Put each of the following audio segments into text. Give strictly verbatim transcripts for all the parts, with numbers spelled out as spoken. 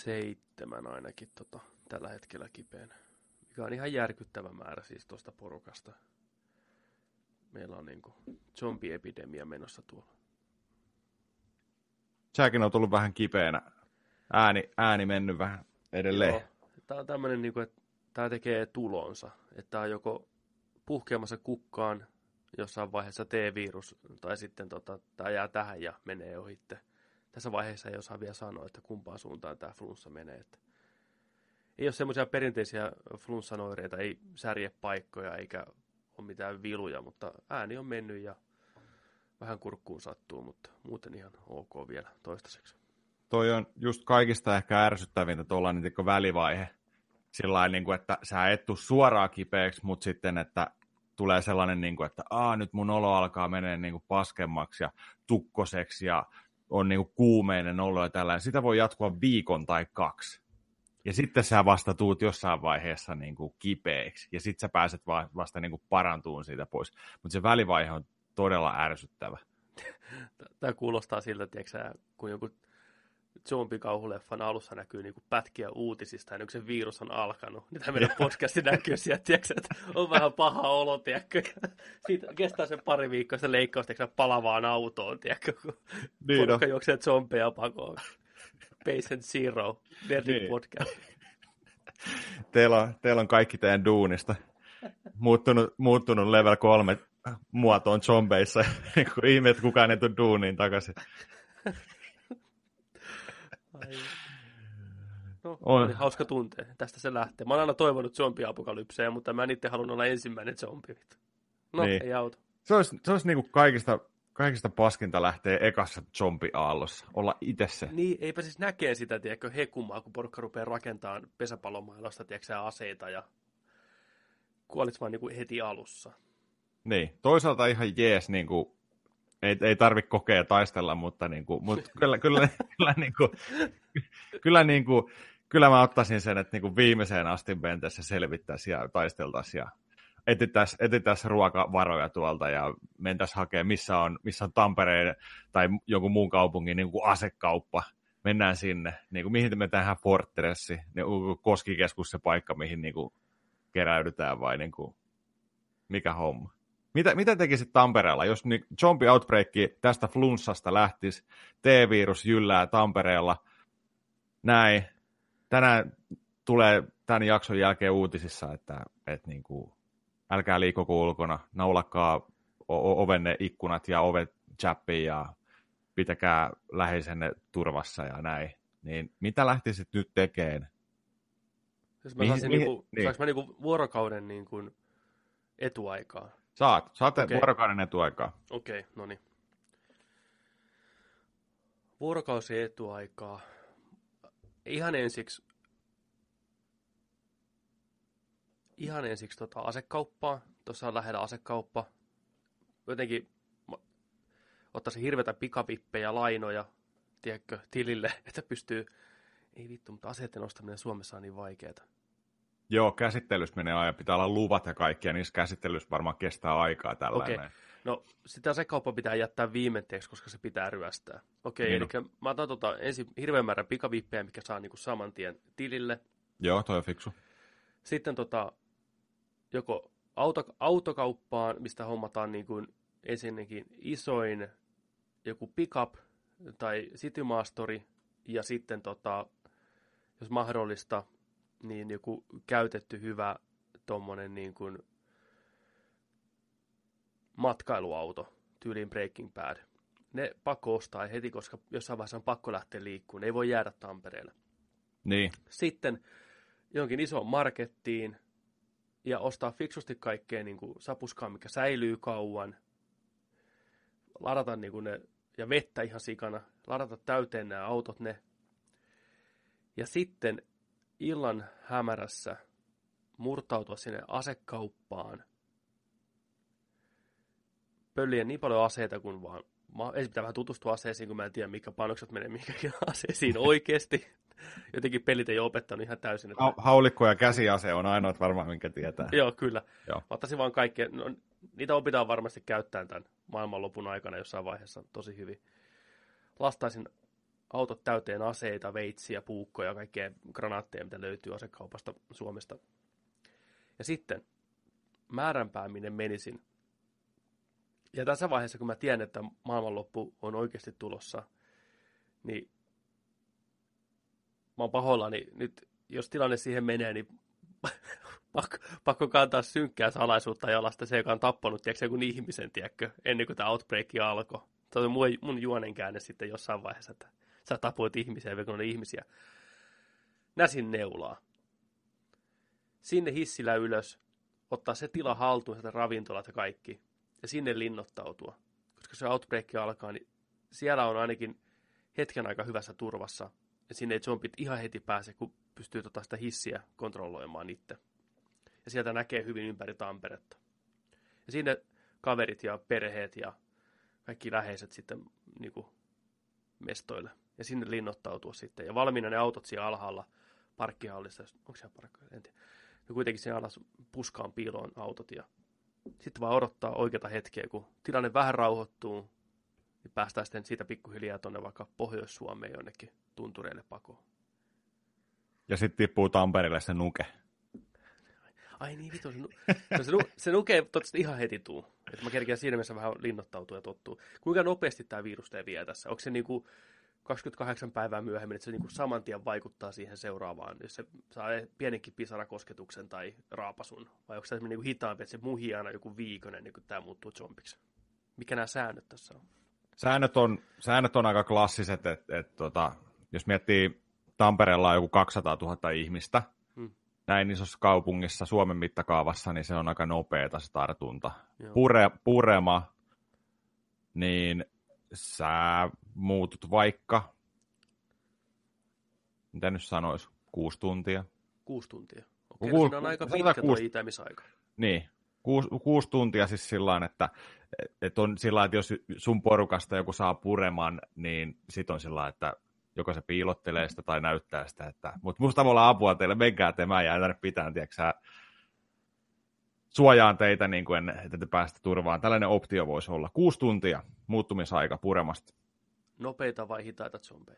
kaksikymmentäseitsemän ainakin tota, tällä hetkellä kipeänä. Mikä on ihan järkyttävä määrä siis tuosta porukasta. Meillä on niinku zombiepidemia menossa tuolla. Säkin on tullut vähän kipeänä. Ääni, ääni mennyt vähän edelleen. Joo. Tää on tämmönen, niinku, että tää tekee tulonsa. Että tää on joko puhkeamassa kukkaan jossain vaiheessa T-virus, tai sitten tota, tää jää tähän ja menee ohitte. Tässä vaiheessa ei osaa vielä sanoa, että kumpaan suuntaan tää flunssa menee. Että ei ole semmoisia perinteisiä flunssanoireita, ei särje paikkoja eikä ole mitään viluja, mutta ääni on mennyt ja vähän kurkkuun sattuu, mutta muuten ihan ok vielä toistaiseksi. Toi on just kaikista ehkä ärsyttävintä tuollainen niin välivaihe. Sillain, niin kuin, että sä et tuu suoraan kipeäksi, mutta sitten, että tulee sellainen, niin kuin, että Aa, nyt mun olo alkaa menee niin kuin paskemmaksi ja tukkoseksi ja on niin kuin kuumeinen olo ja tällainen. Sitä voi jatkua viikon tai kaksi. Ja sitten sä vasta tuut jossain vaiheessa niin kuin kipeäksi. Ja sitten sä pääset vasta niin kuin parantuun siitä pois. Mutta se välivaihe on todella ärsyttävä. Tämä kuulostaa siltä, tiiäksä, kun joku zombikauhuleffan alussa näkyy niin kuin pätkiä uutisista, ja kun se virus on alkanut, niin tämä meidän podcasti näkyy sieltä, tiiäksä, että on vähän paha olo, tiiäkö, siitä kestää se pari viikkoa, sitä leikkaus, tiiäksä, palavaan autoon, tiiäkö, kun niin porukka no. juoksee zombeja pakoon. Patient Zero, Verdict niin. Podcast. Teillä on, teillä on kaikki teidän duunista muuttunut, muuttunut level kolme muotoon zombeissa. Ihme, että kukaan ei tule duuniin takaisin. Ai. No, on. Oli hauska tuntea. Tästä se lähtee. Mä oon aina toivonut zombiapokalypseja, mutta mä en itse halunnut olla ensimmäinen zombi. No, niin. Ei auta. Se olisi, se olisi niin kuin kaikista... Kaikista paskinta lähtee ekassa zombi-aallossa. Olla itse se. Niin, eipä siis näkee sitä, tiedätkö, hekumaa, kun porukka rupeaa rakentamaan pesäpallomailasta, tiedätkö, aseita ja kuolits vaan niin kuin heti alussa. Niin, toisaalta ihan jees, niin kuin, ei, ei tarvitse kokea taistella, mutta, niin kuin, mutta kyllä, kyllä, kyllä, niin kuin, kyllä, niin kuin, kyllä mä ottaisin sen, että niin kuin viimeiseen asti mentäessä selvittäisiin ja taisteltaisiin ja Etitäisiin etitäis ruokavaroja tuolta ja mentäisiin hakemaan, missä on, missä on Tampereen tai jonkun muun kaupungin niin kuin asekauppa. Mennään sinne. Niin kuin, mihin me tehdään Fortressi, niin Koskikeskus se paikka, mihin niin kuin, keräydytään vai niin kuin, mikä homma. Mitä, mitä tekisit Tampereella, jos niin, zombie outbreak tästä flunssasta lähtisi, T-virus jyllää Tampereella, näin. Tänään tulee tämän jakson jälkeen uutisissa, että, että niin kuin, älkää liikkoko ulkona, naulakkaa ovenne ikkunat ja ovet chappiin ja pitäkää läheisenne turvassa ja näin. Niin mitä lähtisit nyt tekemään? Jos mä saisin, mihin, niinku, niin. Saanko mä niinku vuorokauden niinku etuaikaa? Saat, saat okay. Vuorokauden etuaikaa. Okei, okay, no niin. Vuorokausi etuaikaa. Ihan ensiksi Ihan ensiksi tota asekauppaa. Tuossa on lähellä asekauppa. Jotenkin ottaisin hirveätä pikavippejä, lainoja, tiedätkö, tilille, että pystyy... Ei vittu, mutta aseiden ostaminen Suomessa on niin vaikeaa. Joo, käsittelyssä menee ajan. Pitää olla luvat ja kaikkia. Niissä käsittelyssä varmaan kestää aikaa tällainen. Okei. Okay. No, sitä asekauppa pitää jättää viimeiseksi, koska se pitää ryöstää. Okei, okay, niin eli mä otan tota ensin hirveän määrän pikavippejä, mikä saa niinku saman tien tilille. Joo, toi on fiksu. Sitten tota... joko auto, autokauppaan, mistä hommataan niin kuin ensinnäkin isoin joku pickup tai citymaastori, ja sitten tota, jos mahdollista, niin joku käytetty hyvä tommonen niin kuin matkailuauto, tyyliin Breaking Bad. Ne pakko ostaa heti, koska jossain vaiheessa on pakko lähteä liikkuun, ei voi jäädä Tampereelle. Niin. Sitten jonkin isoon markettiin, ja ostaa fiksusti kaikkea niin kuin sapuskaa, mikä säilyy kauan. Ladata niin kuin ne, ja vettä ihan sikana. Ladata täyteen nämä autot ne. Ja sitten illan hämärässä murtautua sinne asekauppaan. Pölliä niin paljon aseita kuin vaan. Ensin pitää vähän tutustua aseisiin, kun mä en tiedä, mikä panokset menee mihinkäkin aseisiin oikeasti. Jotenkin pelit ei ole opettanut ihan täysin. Että... Ha- haulikko ja käsiase on ainoat varmaan, minkä tietää. Joo, kyllä. Joo. Mä ottaisin vaan kaikkea. No, niitä opitaan varmasti käyttämään tämän maailmanlopun aikana jossain vaiheessa tosi hyvin. Lastaisin autot täyteen aseita, veitsiä, puukkoja, kaikkea granaatteja, mitä löytyy asekaupasta Suomesta. Ja sitten määränpääminen menisin. Ja tässä vaiheessa, kun mä tiedän, että maailmanloppu on oikeasti tulossa, niin mä oon pahoillani. Nyt, jos tilanne siihen menee, niin pakko, pakko kantaa synkkää salaisuutta ja olla se, joka on tappanut, tiedätkö, joku ihmisen, tiedätkö, ennen kuin tämä outbreak alkoi. Se oli mun, mun juonenkäänne sitten jossain vaiheessa, että sä tapoit ihmisiä, kun oli ihmisiä. Näsin neulaa. Sinne hissillä ylös, ottaa se tila haltuun, sieltä ravintolat ja kaikki, ja sinne linnoittautua. Koska se outbreak alkaa, niin siellä on ainakin hetken aika hyvässä turvassa, ja sinne ei zombit ihan heti pääse, kun pystyy tota sitä hissiä kontrolloimaan itse. Ja sieltä näkee hyvin ympäri Tamperetta. Ja sinne kaverit ja perheet ja kaikki läheiset sitten niin kuin mestoille. Ja sinne linnoittautua sitten. Ja valmiina ne autot siellä alhaalla parkkihallissa. Onko siellä parkkihallissa? En tiedä. Ja kuitenkin siellä alas puskaan piiloon autot. Ja sitten vaan odottaa oikeata hetkeä, kun tilanne vähän rauhoittuu. Niin päästään sitten siitä pikkuhiljaa tuonne vaikka Pohjois-Suomeen jonnekin tuntureille pakoon. Ja sitten tippuu Tampereelle se nuke. Ai niin, vitu, se, nu- se, nu- se nuke ei toivottavasti ihan heti tuu. Että mä kerkeän siinä mielessä vähän linnoittautua ja tottuu. Kuinka nopeasti tämä virus leviää tässä? Onko se niinku kaksikymmentäkahdeksan päivää myöhemmin, että se niinku saman tien vaikuttaa siihen seuraavaan, jos se saa pienenkin pisarakosketuksen tai raapasun? Vai onko se niinku hitaampi, että se muhii aina joku viikon ennen kuin tämä muuttuu zombiksi? Mikä nämä säännöt tässä on? Säännöt on, säännöt on aika klassiset, että et, tota, jos miettii, Tampereella on joku kaksisataatuhatta ihmistä, hmm. näin isossa kaupungissa Suomen mittakaavassa, niin se on aika nopeata se tartunta. Pure, purema, niin sä muutut vaikka, mitä nyt sanois, kuusi tuntia. Kuusi tuntia. Okei, Kuus, siinä on aika pitkä tuo kuusi, itämisaika. Niin, kuusi, kuusi tuntia siis sillä että et on sillä että jos sun porukasta joku saa pureman, niin sit on sillä että joko se piilottelee sitä tai näyttää sitä, että mutta musta voi olla apua teille, menkää te, mä jään tänne pitään, tiedätkö suojaan teitä, niin kuin en, että te päästä turvaan. Tällainen optio voisi olla. Kuusi tuntia muuttumisaika puremasta. Nopeita vai hitaita zombeja?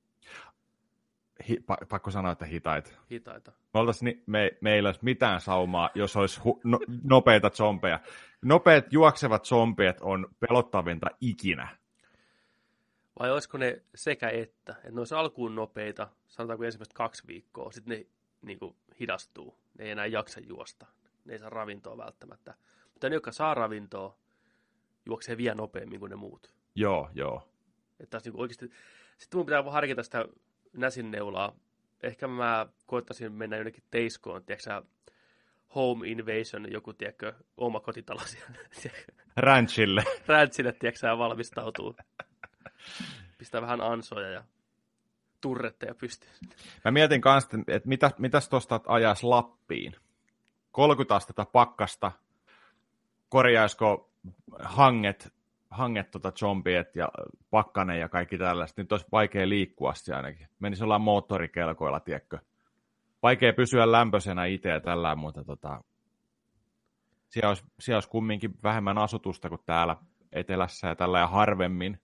Hi, pakko sanoa, että hitaita. Hitaita. Me, oltaisiin, me, meillä ei olisi mitään saumaa, jos olisi hu, no, nopeita zombeja. Nopeat juoksevat zombiet on pelottavinta ikinä. Vai olisiko ne sekä että? Että ne olisi alkuun nopeita, sanotaanko ensimmäistä kaksi viikkoa, sitten ne niin kuin hidastuu. Ne ei enää jaksa juosta. Ne ei saa ravintoa välttämättä. Mutta ne, jotka saa ravintoa, juoksee vielä nopeammin kuin ne muut. Joo, joo. Että niin oikeasti... Sitten mun pitää harkita sitä näsin neulaa. Ehkä mä koettaisin mennä jonnekin teiskoon, tiedätkö home invasion, joku, tiedätkö, oma kotitalo siellä. Ranchille. Ranchille, tiedätkö valmistautuu. Pistää vähän ansoja ja turretteja pystyyn. Mä mietin kanssa, että mitä, mitäs tuosta ajaisi Lappiin? kolmekymmentä astetta pakkasta, korjaisiko hanget, hanget tota zombiet ja pakkanen ja kaikki tällaista. Nyt olisi vaikea liikkua siellä ainakin. Menisi ollaan moottorikelkoilla, tiedätkö? Vaikea pysyä lämpöisenä itse ja tällä, mutta tota, siellä, olisi, siellä olisi kumminkin vähemmän asutusta kuin täällä etelässä ja tällä ja harvemmin.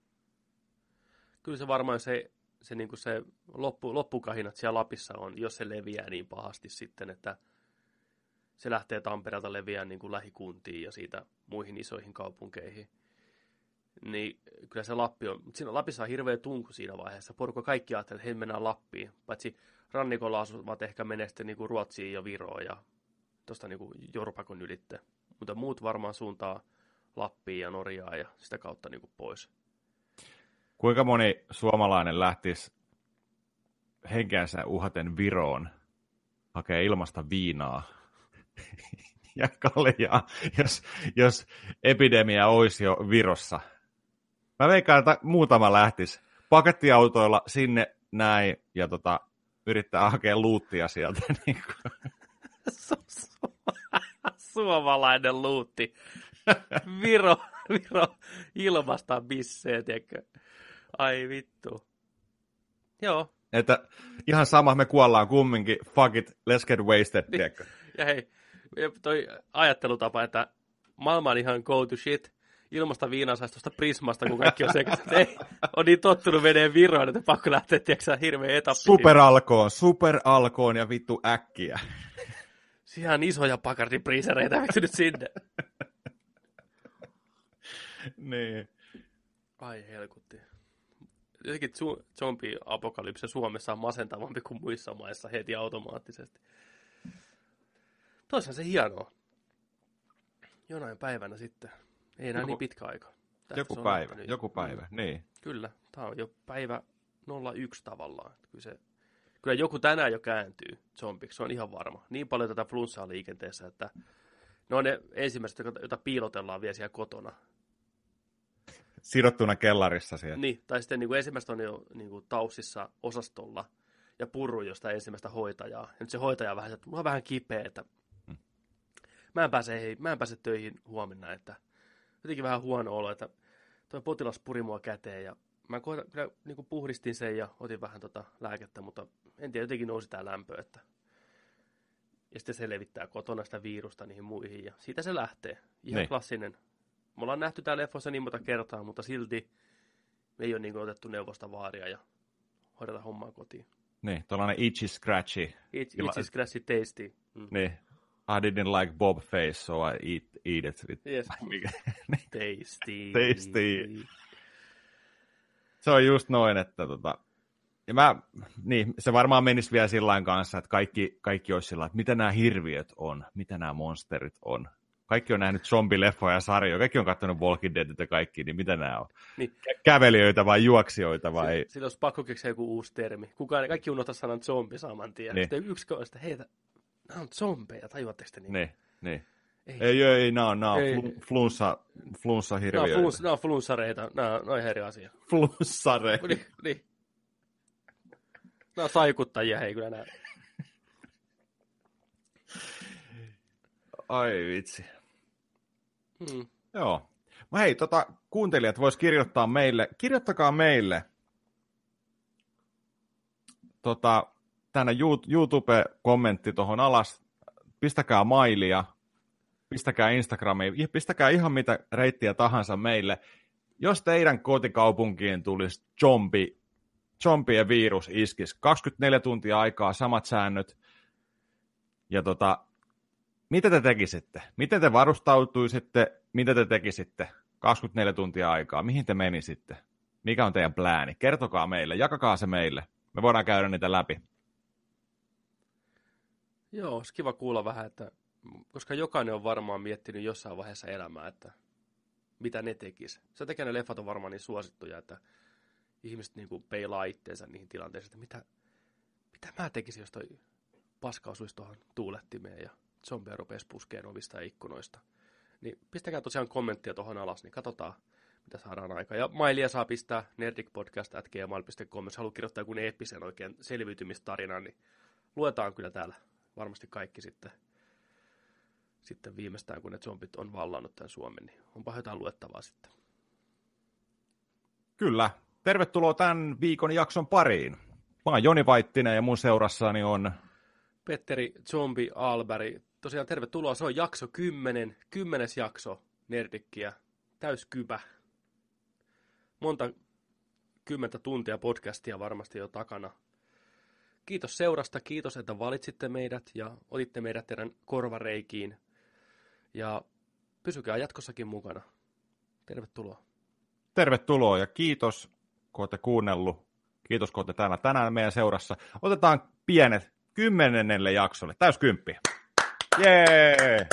Kyllä se varmaan se, se, niin kuin se loppu, loppukahinat siellä Lapissa on, jos se leviää niin pahasti sitten, että se lähtee Tampereelta leviää niin kuin lähikuntiin ja siitä muihin isoihin kaupunkeihin. Niin kyllä se Lappi on, mutta siinä Lapissa on hirveä tunku siinä vaiheessa. Porukka kaikki ajattelee, että he mennään Lappiin, paitsi rannikolla asuvat ehkä menee sitten niin kuin Ruotsiin ja Viroon ja tuosta niin kuin Jorpakon ylitte. Mutta muut varmaan suuntaa Lappiin ja Norjaan ja sitä kautta niin kuin pois. Kuinka moni suomalainen lähtisi henkeänsä uhaten Viroon hakee ilmasta viinaa ja kaljaa, jos, jos epidemia olisi jo Virossa? Mä veikkaan, että muutama lähtisi pakettiautoilla sinne näin ja tota, yrittää hakea luuttia sieltä. Niin suomalainen luutti. Viro, Viro ilmasta bissee, tiedätkö? Ai vittu. Joo. Että ihan sama, me kuollaan kumminkin. Fuck it, let's get wasted, tiedätkö? Ja hei, toi ajattelutapa, että maailma on ihan go to shit. ilmasta viinaa saisi tuosta Prismasta, kun kaikki on sekaisin. Ei, on niin tottunut veneen Viroon, että pakko lähteä, tiedätkö hirveä etappi. Superalkoon, superalkoon ja vittu äkkiä. Ihan isoja Bacardi-priisereitä vittu nyt sinne. Niin. Ai helkutti. Jotenkin zombi-apokalypse Suomessa on masentavampi kuin muissa maissa heti automaattisesti. Toisaalta se hienoa. Jonain päivänä sitten. Ei enää joku, niin pitkä aika. Tästä joku päivä, joku päivä, mm. niin. Kyllä, tämä on jo päivä nolla yksi tavallaan. Kyllä, se, kyllä joku tänään jo kääntyy zombiksi, se on ihan varma. Niin paljon tätä flunssaa liikenteessä, että ne on ne ensimmäiset, joita piilotellaan vielä siellä kotona. Sidottuna kellarissa siellä. Niin, tai sitten niin kuin ensimmäistä on jo niin kuin taussissa osastolla ja purru josta ensimmäistä hoitajaa. Ja nyt se hoitaja on vähän, että mulla on vähän kipeä, että hmm. mä, en pääse, hei, mä en pääse töihin huomenna, että jotenkin vähän huono olo, että toi potilas puri mua käteen ja mä koitan, kyllä niin kuin puhdistin sen ja otin vähän tota lääkettä, mutta en tiedä, jotenkin nousi tää lämpö, että ja sitten se levittää kotona sitä virusta niihin muihin ja siitä se lähtee. Ihan niin. Klassinen. Me ollaan nähty tää leffoissa niin monta kertaa, mutta silti me ei ole niin otettu neuvosta vaaria ja hoideta hommaa kotiin. Niin, tuollainen itchy scratchy. Itch, itchy scratchy tasty. Mm. Niin. I didn't like Bob face, so I eat, eat it. With... Yes. Tasty. Tasty. Se on just noin, että tota... Ja mä, niin, se varmaan menisi vielä sillain kanssa, että kaikki, kaikki olisi sillä, että mitä nämä hirviöt on, mitä nämä monsterit on. Kaikki on nähnyt zombileffoja ja sarjoja, kaikki on katsonut Walking Deadit ja kaikki, niin mitä nämä on? Niin. Kävelijöitä vai juoksijoita vai? Sillä olisi pakko keksiä joku uusi termi. Kukaan, kaikki unohtaa sanan zombi saman tien. Niin. Sitten yksi on sitä, heitä, nämä on zombeja, tajuatteko te niin? Niin, niin. Ei, ei, ei nämä on, nämä on flunssa, flunssa-hirviöitä. Nämä on, flunss, nämä on flunssareita, nämä on eri asia. Flunssareita. Niin, niin. Nämä on saikuttajia, hei kyllä nämä. Ai vitsi. Hmm. Joo. Mä hei, tota, kuuntelijat vois kirjoittaa meille, kirjoittakaa meille tota, tänne YouTube-kommentti tuohon alas, pistäkää mailia, pistäkää Instagramiin, pistäkää ihan mitä reittiä tahansa meille. Jos teidän kotikaupunkiin tulisi zombi, zombien virus iskisi, kaksikymmentäneljä tuntia aikaa, samat säännöt, ja tota, mitä te tekisitte? Miten te varustautuisitte? Mitä te tekisitte? kaksikymmentäneljä tuntia aikaa. Mihin te menisitte? Mikä on teidän plääni? Kertokaa meille. Jakakaa se meille. Me voidaan käydä niitä läpi. Joo, olisi kiva kuulla vähän, että koska jokainen on varmaan miettinyt jossain vaiheessa elämää, että mitä ne tekisi. Sen takia ne leffat on varmaan niin suosittuja, että ihmiset niin kuin peilaa itteensä niihin tilanteisiin, että mitä, mitä mä tekisin, jos toi paska osuisi tuohon tuulettimeen ja zombeja rupeaisi puskeen ovista ja ikkunoista. Niin pistäkää tosiaan kommenttia tuohon alas, niin katsotaan, mitä saadaan aikaa. Ja mailia saa pistää nerdicpodcast at gmail dot com, jos haluaa kirjoittaa joku eeppisen oikein selviytymistarinan, niin luetaan kyllä täällä varmasti kaikki sitten, sitten viimeistään, kun ne zombit on vallannut tämän Suomen, niin onpa jotain luettavaa sitten. Kyllä. Tervetuloa tämän viikon jakson pariin. Mä oon Joni Vaittinen ja mun seurassani on Petteri Zombi Alberg. Tosiaan tervetuloa, se on jakso kymmenen, kymmenes jakso Nerdikkiä, täyskypä. Monta kymmentä tuntia podcastia varmasti jo takana. Kiitos seurasta, kiitos, että valitsitte meidät ja otitte meidät teidän korvareikiin. Ja pysykää jatkossakin mukana. Tervetuloa. Tervetuloa ja kiitos, kun olette kuunnellut. Kiitos, kun olette täällä tänään meidän seurassa. Otetaan pienet kymmenennelle jaksolle. Täyskymppi. Jee!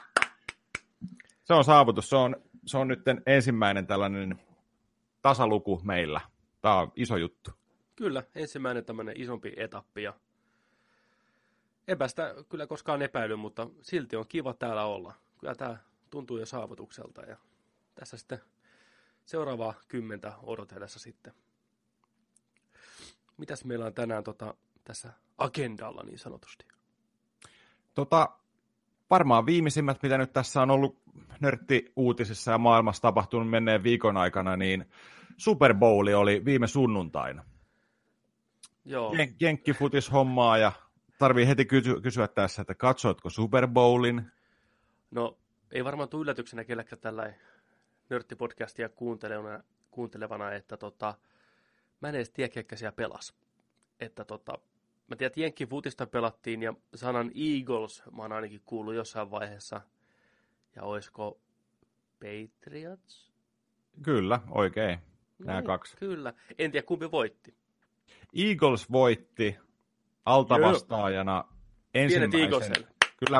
Se on saavutus. Se on, se on nyt ensimmäinen tällainen tasaluku meillä. Tämä on iso juttu. Kyllä, ensimmäinen tämmöinen isompi etappi. Ja enpä sitä kyllä koskaan epäily, mutta silti on kiva täällä olla. Kyllä tämä tuntuu jo saavutukselta. Ja tässä sitten seuraavaa kymmentä odotellessa sitten. Mitäs meillä on tänään tota, tässä agendalla niin sanotusti? Tota, varmaan viimeisimmät, mitä nyt tässä on ollut nörtti-uutisissa ja maailmassa tapahtunut menneen viikon aikana, niin Super Bowl oli viime sunnuntaina. Joo. Jen- Jenkkifutis-hommaa ja tarvii heti kysy- kysyä tässä, että katsoitko Super Bowlin? No, ei varmaan tule yllätyksenä kellekään tällainen nörttipodcastia kuuntelevana, kuuntelevana että tota, mä en edes tiedä, ketkä siellä pelas. Että tota, mä tiedän, että Jenkki futista pelattiin ja sanan Eagles mä oon ainakin kuullut jossain vaiheessa. Ja oisko Patriots? Kyllä, oikein. Nämä No, kaksi. Kyllä. En tiedä, kumpi voitti. Eagles voitti altavastaajana Pienet ensimmäisen. Eaglesille. Kyllä.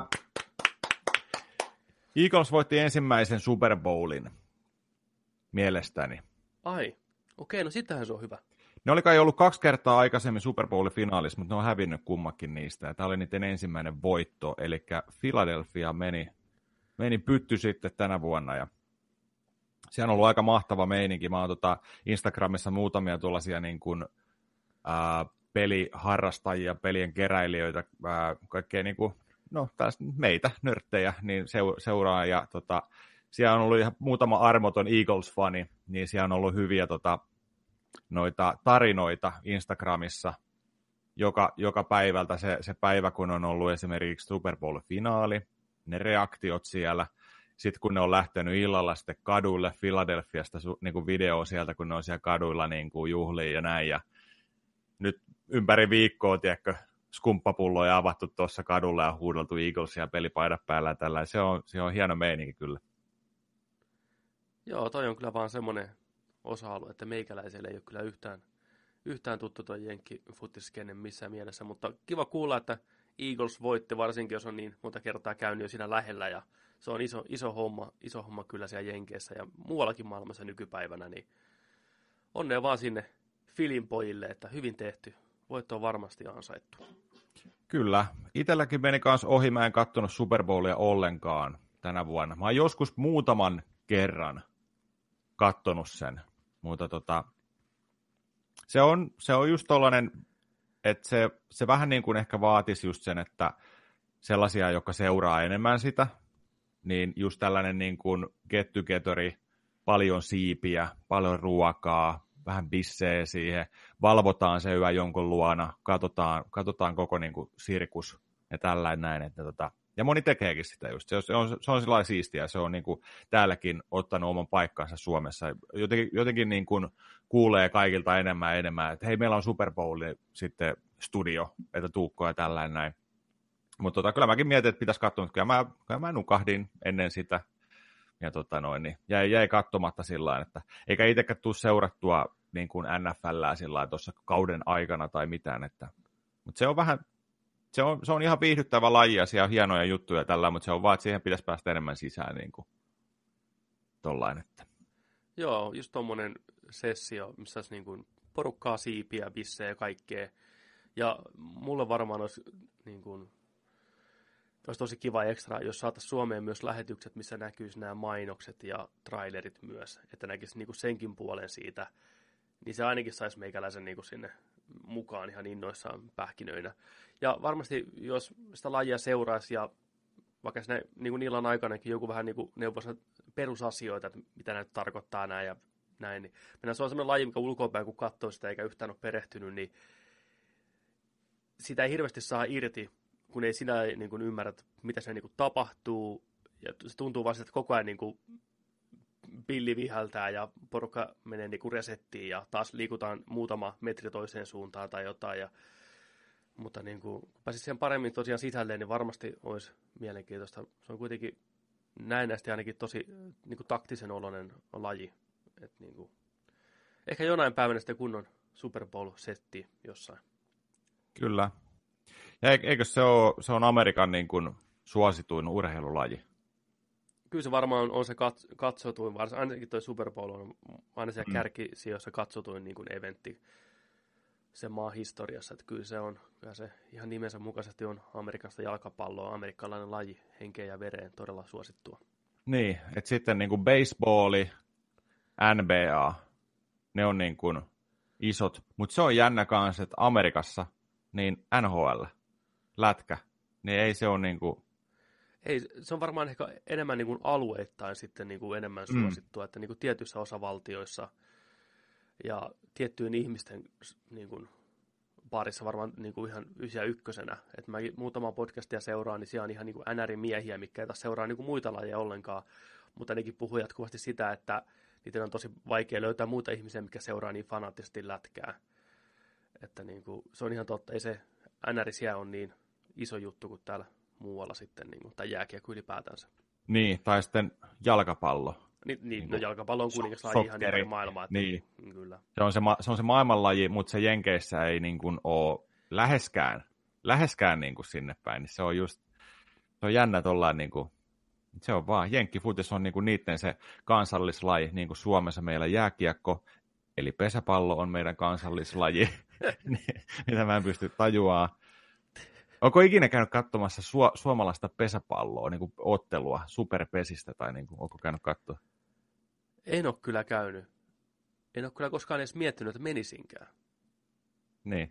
Eagles voitti ensimmäisen Super Bowlin, mielestäni. Ai, okei, no sittenhän se on hyvä. Ne oli kai ollut kaksi kertaa aikaisemmin Super Bowlin finaalissa, mutta ne on hävinnyt kummakin niistä. Tämä oli niiden ensimmäinen voitto, eli Philadelphia meni, meni pytty sitten tänä vuonna. Ja se on ollut aika mahtava meininki. Mä oon tota Instagramissa muutamia tuollaisia niin kuin, ää, peliharrastajia, pelien keräilijöitä, ää, kaikkea niin kuin, no, meitä, nörttejä, niin seuraa. Ja tota, siellä on ollut ihan muutama armoton Eagles-fani, niin siellä on ollut hyviä tota, noita tarinoita Instagramissa joka, joka päivältä. Se, se päivä, kun on ollut esimerkiksi Super Bowl-finaali, ne reaktiot siellä. Sitten kun ne on lähtenyt illalla sitten kaduille Philadelphiasta niin kuin video sieltä, kun ne on siellä kaduilla niin kuin juhliin ja näin. Ja nyt ympäri viikkoa, tiedätkö, skumppapulloja avattu tuossa kadulla ja huudeltu Eaglesia pelipaidat päällä ja tällä. Se on, se on hieno meininki kyllä. Joo, toi on kyllä vaan semmoinen osa-alue, että meikäläiselle ei ole kyllä yhtään, yhtään tuttu toi jenkki-futiskenne missään mielessä, mutta kiva kuulla, että Eagles voitti, varsinkin jos on niin monta kertaa käynyt jo siinä lähellä, ja se on iso, iso, homma, iso homma kyllä siellä Jenkeissä ja muuallakin maailmassa nykypäivänä, niin onnea vaan sinne Filin pojille, että hyvin tehty. Voitto on varmasti ansaittu. Kyllä. Itselläkin meni kanssa ohi, mä en kattonut Super Bowlia ollenkaan tänä vuonna. Mä oon joskus muutaman kerran kattonut sen, mutta tota, se on, se on just tollainen, että se, se vähän niin kuin ehkä vaatisi just sen, että sellaisia, jotka seuraa enemmän sitä, niin just tällainen niin kuin get together, paljon siipiä, paljon ruokaa, vähän bissejä siihen, valvotaan se yö jonkun luona, katsotaan, katsotaan koko niin kuin sirkus ja tällainen näin, että tota, ja moni tekeekin sitä just. Se on, se on, se on sellainen siistiä, se on niin kuin täälläkin ottanut oman paikkansa Suomessa. Jotenkin, jotenkin niin kuin kuulee kaikilta enemmän ja enemmän, että hei, meillä on Super Bowl sitten studio, että tuukko ja tällainen näin. Mutta tota, kyllä mäkin mietin, että pitäisi katsoa, mutta kyllä mä, kyllä mä nukahdin ennen sitä. Ja tota noin, niin jäi, jäi katsomatta sillä lailla, että eikä itsekään tule seurattua niin kuin N F L:ää sillä lailla tuossa kauden aikana tai mitään. Että, mutta se on vähän, se on, se on ihan viihdyttävä laji ja siellä on hienoja juttuja tällä, mutta se on vaan, että siihen pitäisi päästä enemmän sisään niin kuin tollain, että. Joo, just tommonen sessio, missä olisi niin kuin porukkaa, siipiä, bissejä ja kaikkea. Ja mulle varmaan olisi, niin kuin, olisi tosi kiva ekstra, jos saataisiin Suomeen myös lähetykset, missä näkyisi nämä mainokset ja trailerit myös, että näkisi niin kuin senkin puolen siitä, niin se ainakin saisi meikäläisen niin kuin sinne mukaan ihan innoissaan pähkinöinä. Ja varmasti, jos sitä lajia seuraisi ja vaikka sinne niin kuin illan aikanakin joku vähän niin kuin neuvoisi perusasioita, että mitä näitä tarkoittaa nämä ja näin, niin mennään se on sellainen laji, mikä ulkoapäin kun katsoo sitä eikä yhtään ole perehtynyt, niin sitä ei hirveästi saa irti, kun ei sinä niin kuin ymmärrä, mitä se niin kuin tapahtuu, ja se tuntuu vaan, että koko ajan niin kuin pilli viheltää ja porukka menee niin kuin resettiin ja taas liikutaan muutama metri toiseen suuntaan tai jotain. Ja, mutta niin kuin, kun pääsisi siihen paremmin tosiaan sisälleen, niin varmasti olisi mielenkiintoista. Se on kuitenkin näennäisesti ainakin tosi niin kuin taktisen oloinen laji. Et niin kuin, ehkä jonain päivänä sitten kunnon Super Bowl-setti jossain. Kyllä. Ja eikö se ole, se on Amerikan niin kuin suosituin urheilulaji? Kyllä se varmaan on, on se kat, katsotuin, varsin, ainakin tuo Super Bowl on aina siellä mm. kärkisijoissa katsotuin niin kuin eventti sen maan historiassa. Että kyllä se on, kyllä se ihan nimensä mukaisesti on Amerikasta jalkapalloa, amerikkalainen laji, henkeen ja vereen todella suosittua. Niin, että sitten niin kuin baseballi, N B A, ne on niin kuin isot, mutta se on jännä kanssa, että Amerikassa niin N H L, lätkä, niin ei se ole niin kuin. Ei, se on varmaan ehkä enemmän niin kuin alueittain sitten niin kuin enemmän suosittua, mm. että niin kuin tietyissä osavaltioissa ja tiettyjen ihmisten niin kuin parissa varmaan niin kuin ihan ysiä ykkösenä. Että mä muutama podcastia seuraan, niin siellä on ihan niin kuin N R-miehiä, mikä ei taas seuraa niin kuin muita lajeja ollenkaan. mutta nekin puhuu jatkuvasti sitä, että niiden on tosi vaikea löytää muita ihmisiä, mikä seuraa niin fanaattisesti lätkää. Että niin kuin, se on ihan totta, ei se N R S on niin iso juttu kuin täällä muualla sitten, niin kuin, tai jääkiekko ylipäätänsä. Niin, tai sitten jalkapallo. Niin, niin niin no jalkapallo on kuitenkin so- laji ihan ympäri maailmaa. Että, niin. Kyllä. Se on se, ma- se on se maailmanlaji, mutta se Jenkeissä ei niin kuin ole läheskään, läheskään niin kuin sinne päin. Niin se on just, se on jännä tollain niin kuin, se on vaan, jenkkifutis on niin kuin niiden se kansallislaji, niin kuin Suomessa meillä jääkiekko, eli pesäpallo on meidän kansallislaji, mitä mä en pysty tajuaa. Onko ikinä käynyt katsomassa su- suomalaista pesäpalloa, niin kuin ottelua, superpesistä, tai niin kuin, onko käynyt katsoa? En ole kyllä käynyt. En ole kyllä koskaan edes miettinyt, että menisinkään. Niin.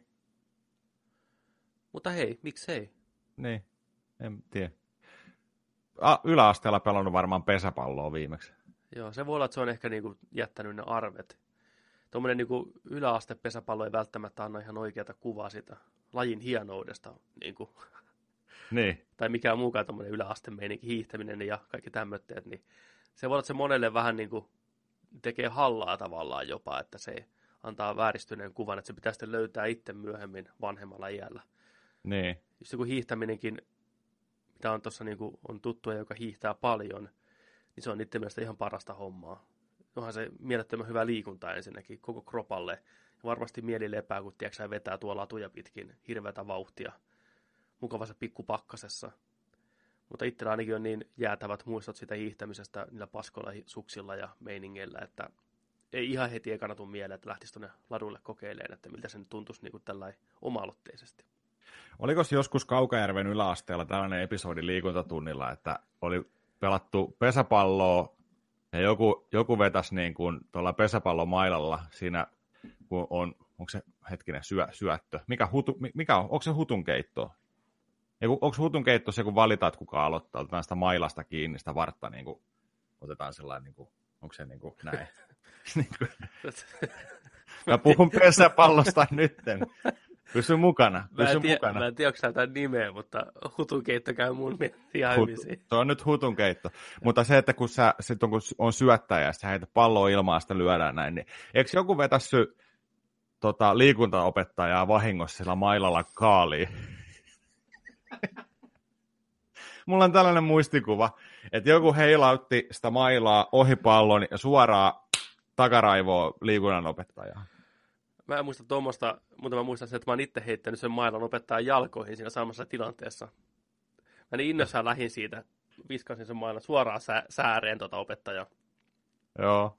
Mutta hei, miksei? Niin, en tiedä. A, yläasteella pelannut varmaan pesäpalloa viimeksi. Joo, se voi olla, että se on ehkä niinku jättänyt ne arvet. Tuommoinen niinku yläastepesäpallo ei välttämättä anna ihan oikeata kuvaa sitä lajin hienoudesta. Niinku. Niin. Tai mikään muukaan tuommoinen yläastemeininki, hiihtäminen ja kaikki tämmöitteet. Niin se voi olla, että se monelle vähän niinku tekee hallaa tavallaan jopa, että se antaa vääristyneen kuvan, että se pitää sitten löytää itse myöhemmin vanhemmalla iällä. Niin. Just joku hiihtäminenkin, mitä on tuossa niinku, on tuttuja, joka hiihtää paljon, niin se on niiden mielestä ihan parasta hommaa. Onhan se mielettömän hyvä liikunta ensinnäkin koko kropalle. Ja varmasti mieli lepää, kun tiedätkö, vetää tuolla latuja pitkin hirveätä vauhtia mukavassa pikkupakkasessa. Mutta itsellä ainakin on niin jäätävät muistot sitä hiihtämisestä niillä paskoilla suksilla ja meiningeillä, että ei ihan heti ekana tule mieleen, että lähtisi tuonne ladulle kokeilemaan, että miltä se nyt tuntuisi niin kuin tällainen oma-aloitteisesti. Oliko joskus Kaukajärven yläasteella tällainen episodi liikuntatunnilla, että oli pelattu pesäpalloa ja joku, joku vetäisi niin kuin tuolla pesäpallomailalla siinä, kun on, onko se hetkinen syö, syöttö, mikä, hutu, mikä on, onko se hutunkeitto? Onko hutunkeitto se, kun valitaan, että kuka aloittaa, otetaan sitä mailasta kiinni, sitä vartta, niin kuin, otetaan sellainen, niin kuin, onko se niin kuin näin? Mä puhun pesäpallosta nytten. Pysy mukana, pysy mä en tiedä, mukana. Mä en tiedä, onko tämä nimeä, mutta hutunkeitto käy mun mielestä ihan Hut, hyvin. se on nyt hutunkeitto. Mutta se, että kun, sä, sit on, kun on syöttäjä ja sä heitä palloa ilmaa, sitä lyödään näin, niin eikö joku vetässy tota, liikuntaopettajaa vahingossa sillä mailalla kaaliin? Mulla on tällainen muistikuva, että joku heilautti sitä mailaa ohi pallon ja suoraan takaraivoa liikunnanopettajaa. Mä en muista tuommoista, mutta mä muistan sen, että mä oon itse heittänyt sen mailan opettajan jalkoihin siinä samassa tilanteessa. Mä niin innossaan lähin siitä, viskasin sen mailan suoraan sä, sääreen tota opettajaa. Joo.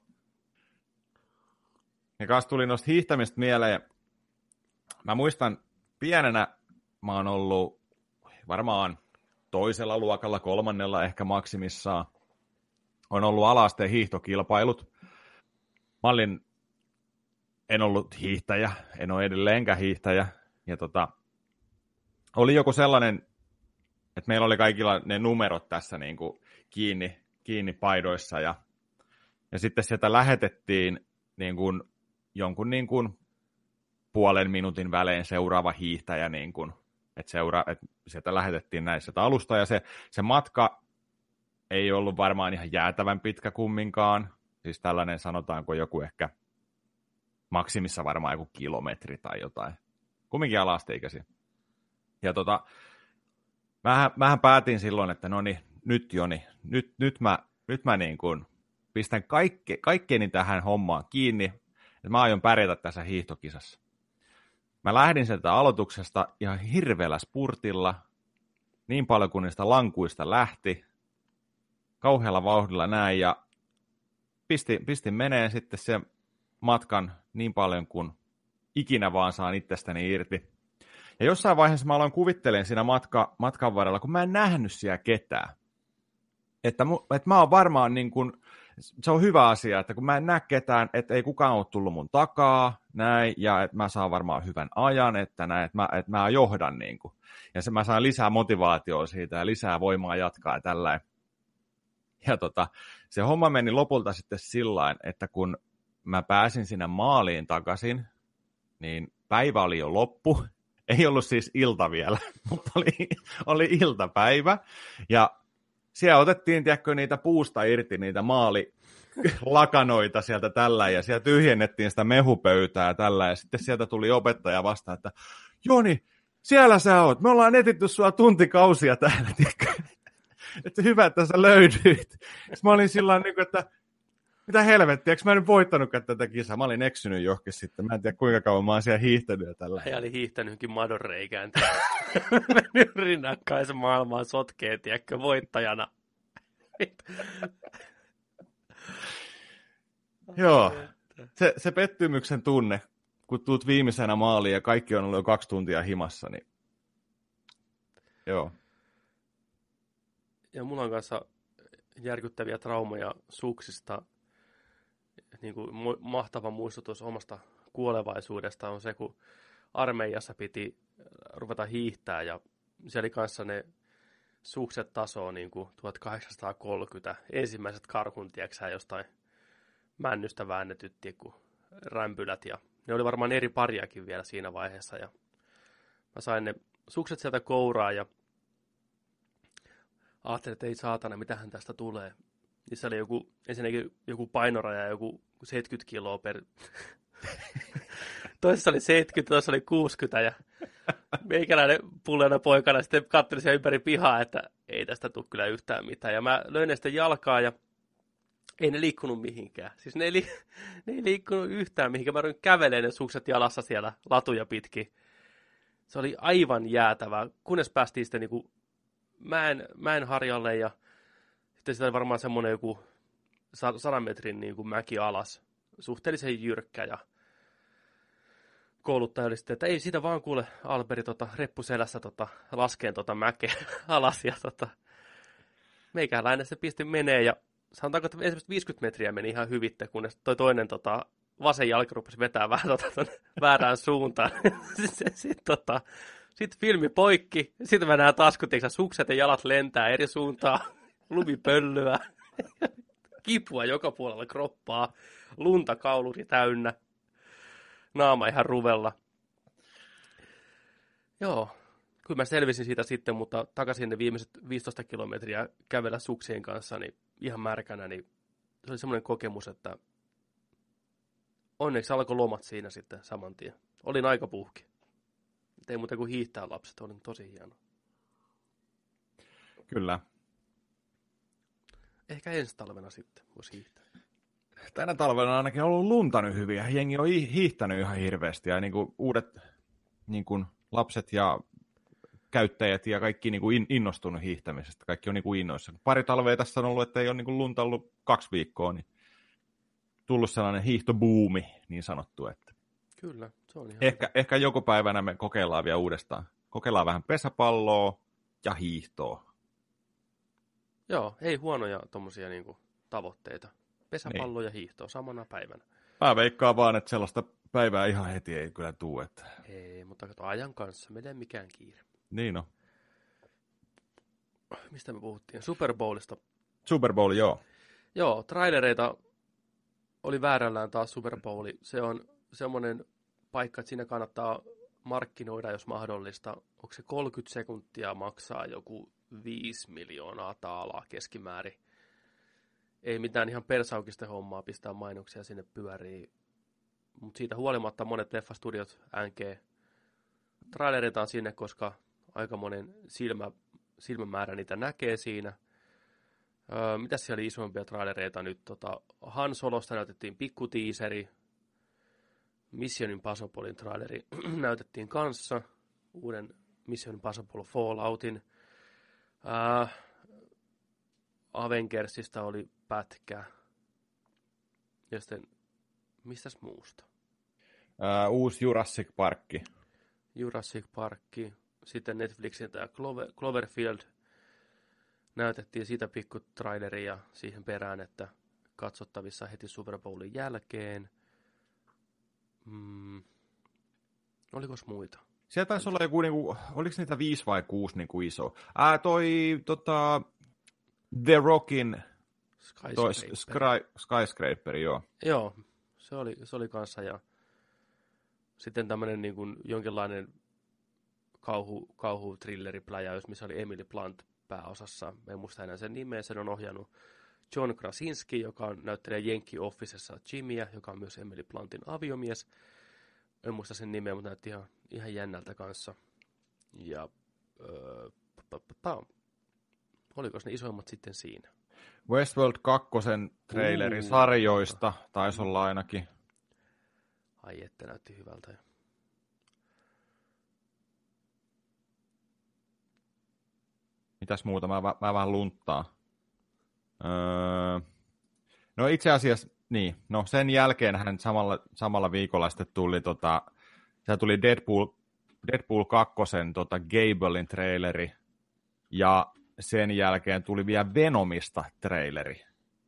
Ja kanssa tuli noista hiihtämistä mieleen. Mä muistan, pienenä mä oon ollut varmaan toisella luokalla, kolmannella ehkä maksimissaan. On ollut ala-asteen hiihtokilpailut. Mä olin, en ollut hiihtäjä, en ole edelleenkään hiihtäjä. Ja tota, oli joku sellainen, että meillä oli kaikilla ne numerot tässä niin kuin kiinni, kiinni paidoissa. Ja, ja sitten sieltä lähetettiin niin kuin jonkun niin kuin puolen minuutin välein seuraava hiihtäjä, niin kuin, että, seura, että sieltä lähetettiin näissä alusta. Ja se, se matka ei ollut varmaan ihan jäätävän pitkä kumminkaan. Siis tällainen sanotaanko joku ehkä maksimissa varmaan joku kilometri tai jotain. Kumminkin ala-asteikäisiä. Ja tota, mähän, mähän päätin silloin, että no niin, nyt Joni, nyt, nyt mä, nyt mä niin kuin pistän kaikke, kaikkeeni tähän hommaan kiinni, että mä aion pärjätä tässä hiihtokisassa. Mä lähdin sieltä aloituksesta ihan hirveällä spurtilla, niin paljon kuin niistä lankuista lähti, kauhealla vauhdilla näin, ja pistin, pistin meneen sitten sen matkan niin paljon kuin ikinä vaan saan itsestäni irti. Ja jossain vaiheessa mä aloin kuvittelemaan siinä matka, matkan varrella, kun mä en nähnyt siellä ketään. Että, mu, että mä oon varmaan niin kuin, se on hyvä asia, että kun mä en näe ketään, että ei kukaan ole tullut mun takaa, näin, ja että mä saan varmaan hyvän ajan, että, näin, että, mä, että mä johdan niin kuin. Ja se, mä saan lisää motivaatiota siitä ja lisää voimaa jatkaa ja tällainen. Ja tota, se homma meni lopulta sitten sillain, että kun mä pääsin sinne maaliin takaisin, niin päivä oli jo loppu. Ei ollut siis ilta vielä, mutta oli, oli iltapäivä. Ja siellä otettiin, tiedätkö, niitä puusta irti, niitä maalilakanoita sieltä tällä, ja siellä tyhjennettiin sitä mehupöytää tällä, ja sitten sieltä tuli opettaja vastaan, että Joni, siellä sä oot, me ollaan etitty sua tuntikausia täällä, tiedätkö? Että hyvä, että sä löydyit. Sitten mä olin sillä niin että mitä helvettiä, eikö mä nyt voittanutkaan tätä kisaa? Mä olin eksynyt johonkin sitten, mä en tiedä kuinka kauan mä oon siellä hiihtänyt ja tällä. Hän oli hiihtänyt johonkin madon reikään. Mennyt rinnakkaisen maailmaan sotkeen, tiedätkö, voittajana. Joo, se, se pettymyksen tunne, kun tuut viimeisenä maaliin ja kaikki on ollut jo kaksi tuntia himassa, niin joo. Ja mulla on kanssa järkyttäviä traumoja suksista. Niin kuin mahtava muistutus omasta kuolevaisuudesta on se, kun armeijassa piti ruveta hiihtää ja siellä oli kanssa ne sukset tasoa niin kuin tuhatkahdeksansataakolmekymmentä. Ensimmäiset karhun, tiedätkö jostain männystä väännetyt kuin rämpylät ja ne oli varmaan eri pariakin vielä siinä vaiheessa ja mä sain ne sukset sieltä kouraa ja ajattelin, että ei saatana, mitähän tästä tulee. Niissä oli joku, ensinnäkin joku painoraja, joku seitsemänkymmentä kiloa per... Toisessa oli seitsemänkymmentä, toisessa oli kuusikymmentä ja meikäläinen pulleena poikana sitten katselin siellä ympäri pihaa, että ei tästä tule kyllä yhtään mitään. Ja mä löin ne sitten jalkaa ja ei ne liikkunut mihinkään. Siis ne ei, li... ne ei liikkunut yhtään mihinkään. Mä ruin kävelemään ne sukset jalassa siellä latuja pitkin. Se oli aivan jäätävää, kunnes päästiin sitten niinku mäen, mäen harjalle ja sitten sitä oli varmaan semmoinen joku sadan metrin niin kuin mäki alas, suhteellisen jyrkkä ja kouluttaja oli sitten, että ei siitä vaan kuule Alberi tota, reppuselässä tota, laskeen tota mäkeä alas ja tota, meikäläinen se pisti menee ja sanotaanko, että ensimmäistä viisikymmentä metriä meni ihan hyvitte, kunnes toi toinen tota, vasen jalka rupesi vetää vähän tota, väärään suuntaan. Sitten sit, tota, sit filmi poikki, sitten mä näen taas, kun tiiäksä, sukset ja jalat lentää eri suuntaan, lumipöllyä, kipua joka puolella kroppaa, lunta kauluri täynnä, naama ihan ruvella. Joo, kyllä mä selvisin siitä sitten, mutta takaisin ne viimeiset viisitoista kilometriä kävellä suksien kanssa, niin ihan märkänä, niin se oli semmoinen kokemus, että onneksi alkoi lomat siinä sitten saman tien. Olin aika puhki. Ei muuta kuin hiihtää lapset, oli tosi hieno. Kyllä. Ehkä ensi talvena sitten voisi hiihtää. Tänä talvena on ainakin ollut lunta nyt hyvin, ja jengi on hiihtänyt ihan hirveästi, ja niin kuin uudet niin kuin lapset ja käyttäjät ja kaikki niin kuin innostunut hiihtämisestä, kaikki on niin kuin innoissa. Pari talvea tässä on ollut, että ei ole niin kuin lunta ollut kaksi viikkoa, niin tullut sellainen hiihtobuumi, niin sanottu. Että kyllä, se on ihan ehkä, ehkä joku päivänä me kokeillaan vielä uudestaan. Kokeillaan vähän pesäpalloa ja hiihtoa. Joo, ei huonoja tommosia niinku tavoitteita. Pesäpallo niin. Ja hiihtoa samana päivänä. Mä veikkaan vaan, että sellaista päivää ihan heti ei kyllä tule. Että ei, mutta kato ajan kanssa, meillä ei mikään kiire. Niin on. Mistä me puhuttiin? Super Bowlista. Super Bowl, joo. Joo, trailereita oli väärällään taas Super Bowl. Se on semmoinen paikka, että siinä kannattaa markkinoida, jos mahdollista. Onko se kolmekymmentä sekuntia maksaa joku viisi miljoonaa taalaa keskimäärin. Ei mitään ihan persaukista hommaa, pistää mainoksia sinne pyörii. Mutta siitä huolimatta monet leffastudiot änkee trailereitaan sinne, koska aika monen silmä, silmämäärä niitä näkee siinä. Öö, mitäs siellä oli isompia trailereita nyt? Tota, Han Solosta näytettiin pikkutiiseri. Mission Impossiblin traileri näytettiin kanssa. Uuden Mission Impossible Falloutin. Öö, Avengersista oli pätkä. Ja sitten, mistäs muusta? Öö, uusi Jurassic Parkki. Jurassic Parkki. Sitten Netflixin tämä Clover, Cloverfield. Näytettiin siitä pikku traileria siihen perään, että katsottavissa heti Super Bowlin jälkeen. Mm. Olikos muita? Siellä taisi olla joku, niinku, oliko niitä viisi vai kuusi niinku iso? Ää, toi tota, The Rockin Skyscraper. Toi Sky, Skyscraper, joo. Joo, se oli, se oli kanssa. Ja sitten tämmöinen niin kuin jonkinlainen kauhu, kauhu-thrilleripläjäys, missä oli Emily Blunt pääosassa. En muista enää sen nimeä, sen on ohjannut John Krasinski, joka on näyttelee Jenkki Officessa Jimmyä, joka on myös Emily Blunttin aviomies. En muista sen nimeä, mutta näytti ihan, ihan jännältä kanssa. Ja öö, pa, pa, pa. Oliko ne isoimmat sitten siinä? Westworld kakkosen traileri sarjoista taisi olla ainakin. Ai että näytti hyvältä. Mitäs muuta? Mä, mä vähän lunttaan. Öö, no itse asiassa, niin. No sen jälkeen hän samalla, samalla viikolla sitten tuli, tota, se tuli Deadpool, Deadpool kakkosen tota, Gablein traileri. Ja sen jälkeen tuli vielä Venomista traileri.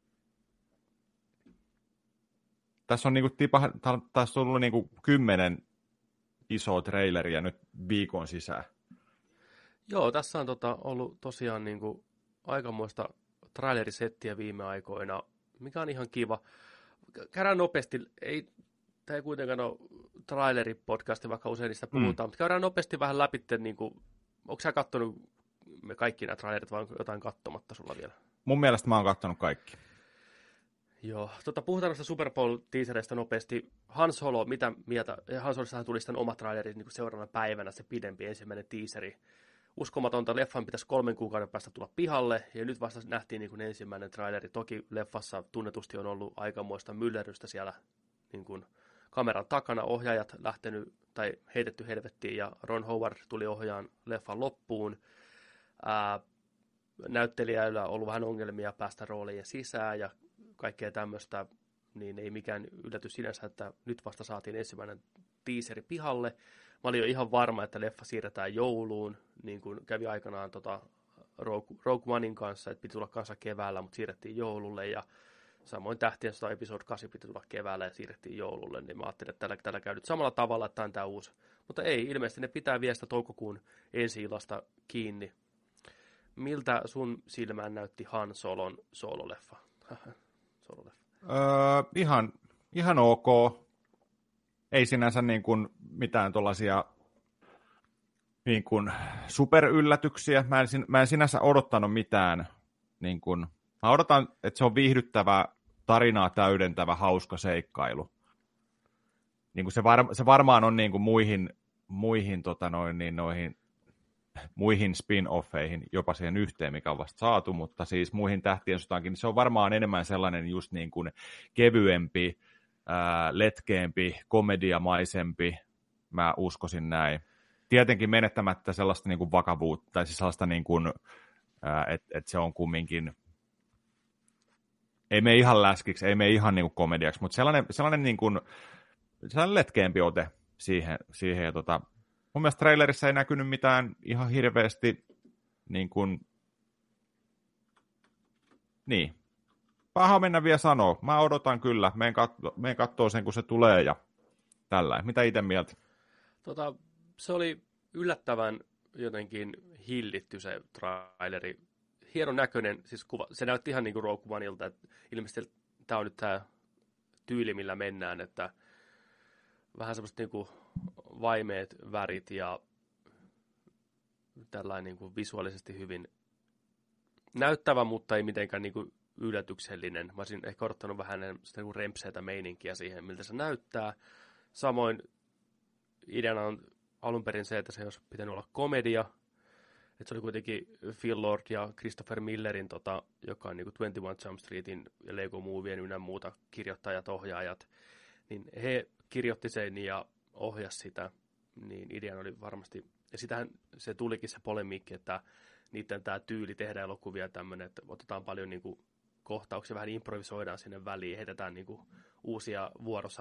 Tässä on niinku tipa, tässä on tullut niinku kymmenen isoa traileria nyt viikon sisään. Joo, tässä on tota, ollut tosiaan niinku aikamoista trailerisettiä viime aikoina, mikä on ihan kiva. Käydään nopeasti, ei, tämä ei kuitenkaan ole traileripodcasti, vaikka usein niistä puhutaan, mm. mutta käydään nopeasti vähän läpi, niinku, onko sä katsonut me kaikki nämä trailerit, vai onko jotain katsomatta sulla vielä? Mun mielestä mä oon katsonut kaikki. Joo, tota, puhutaan noista Super Bowl-teasereista nopeasti. Han Solo, mitä mieltä? Han Solostahan tuli sitten oma traileri niin seuraavana päivänä, se pidempi ensimmäinen teaseri. Uskomatonta, leffan pitäisi kolmen kuukauden päästä tulla pihalle, ja nyt vasta nähtiin niin kuin ensimmäinen traileri. Toki leffassa tunnetusti on ollut aikamoista myllerrystä siellä niin kuin kameran takana, ohjaajat lähtenyt tai heitetty helvettiin, ja Ron Howard tuli ohjaan leffan loppuun. Ää, näyttelijäillä on ollut vähän ongelmia päästä rooliin sisään, ja kaikkea tämmöistä, niin ei mikään yllätys sinänsä, että nyt vasta saatiin ensimmäinen teaseri pihalle. Mä olin jo ihan varma, että leffa siirretään jouluun, niin kuin kävi aikanaan tota Rogue, Rogue Onein kanssa, että piti tulla kanssa keväällä, mutta siirrettiin joululle, ja samoin Tähtien sota episode kahdeksan piti tulla keväällä ja siirrettiin joululle, niin mä ajattelin, että tällä, tällä käy nyt samalla tavalla, että tämä on tämä uusi. Mutta ei, ilmeisesti ne pitää vielä sitä toukokuun ensi-illasta kiinni. Miltä sun silmään näytti Han Solon soololeffa? Soololeffa. Öö, ihan, ihan ok. Ei sinänsä niin kuin mitään tuollaisia niin kuin superyllätyksiä. Mä en, mä en sinänsä odottanut mitään. Niin kuin, mä odotan, että se on viihdyttävä, tarinaa täydentävä, hauska seikkailu. Niin kuin se, var, se varmaan on niin kuin muihin, muihin, tota noin, niin noihin, muihin spin-offeihin, jopa siihen yhteen, mikä on vasta saatu, mutta siis muihin Tähtien sotaankin, niin se on varmaan enemmän sellainen just niin kuin kevyempi, ää, letkeempi, komediamaisempi, mä uskoisin näin. Tietenkin menettämättä sellaista niin kuin vakavuutta, tai siis sellaista niin kuin, että et se on kumminkin, ei mene ihan läskiksi, ei mene ihan niin kuin komediaksi, mutta sellainen, sellainen, niin kuin, sellainen letkeempi ote siihen, siihen ja tota, mun mielestä trailerissa ei näkynyt mitään ihan hirveästi niin kuin, niin. Paha mennä vielä sanoa. Mä odotan kyllä. Meen, katso, meen kattoo sen, kun se tulee ja tällä. Mitä itse mieltä? Tota, se oli yllättävän jotenkin hillitty se traileri. Hienon näköinen, siis kuva, se näytti ihan niin kuin Rogue Oneilta, että ilmeisesti tämä on nyt tämä tyyli, millä mennään, että vähän semmoista niin kuin vaimeet värit ja tällainen niin kuin visuaalisesti hyvin näyttävä, mutta ei mitenkään niin kuin yllätyksellinen. Mä olisin ehkä odottanut vähän sitä niin rempseitä meininkiä siihen, miltä se näyttää. Samoin ideana on alun perin se, että se olisi pitänyt olla komedia. Että se oli kuitenkin Phil Lord ja Christopher Millerin, tota, joka on niin kuin kaksikymmentäyksi Jump Streetin ja Lego Movien ynnä muuta kirjoittajat, ohjaajat. Niin he kirjoitti sen ja ohjasi sitä, niin ideana oli varmasti, ja sitähän se tulikin se polemiikki, että niiden tämä tyyli tehdä elokuvia tämmöinen, että otetaan paljon niin kuin kohtauksia, vähän improvisoidaan sinne väliin, heitetään niin kuin uusia vuorossa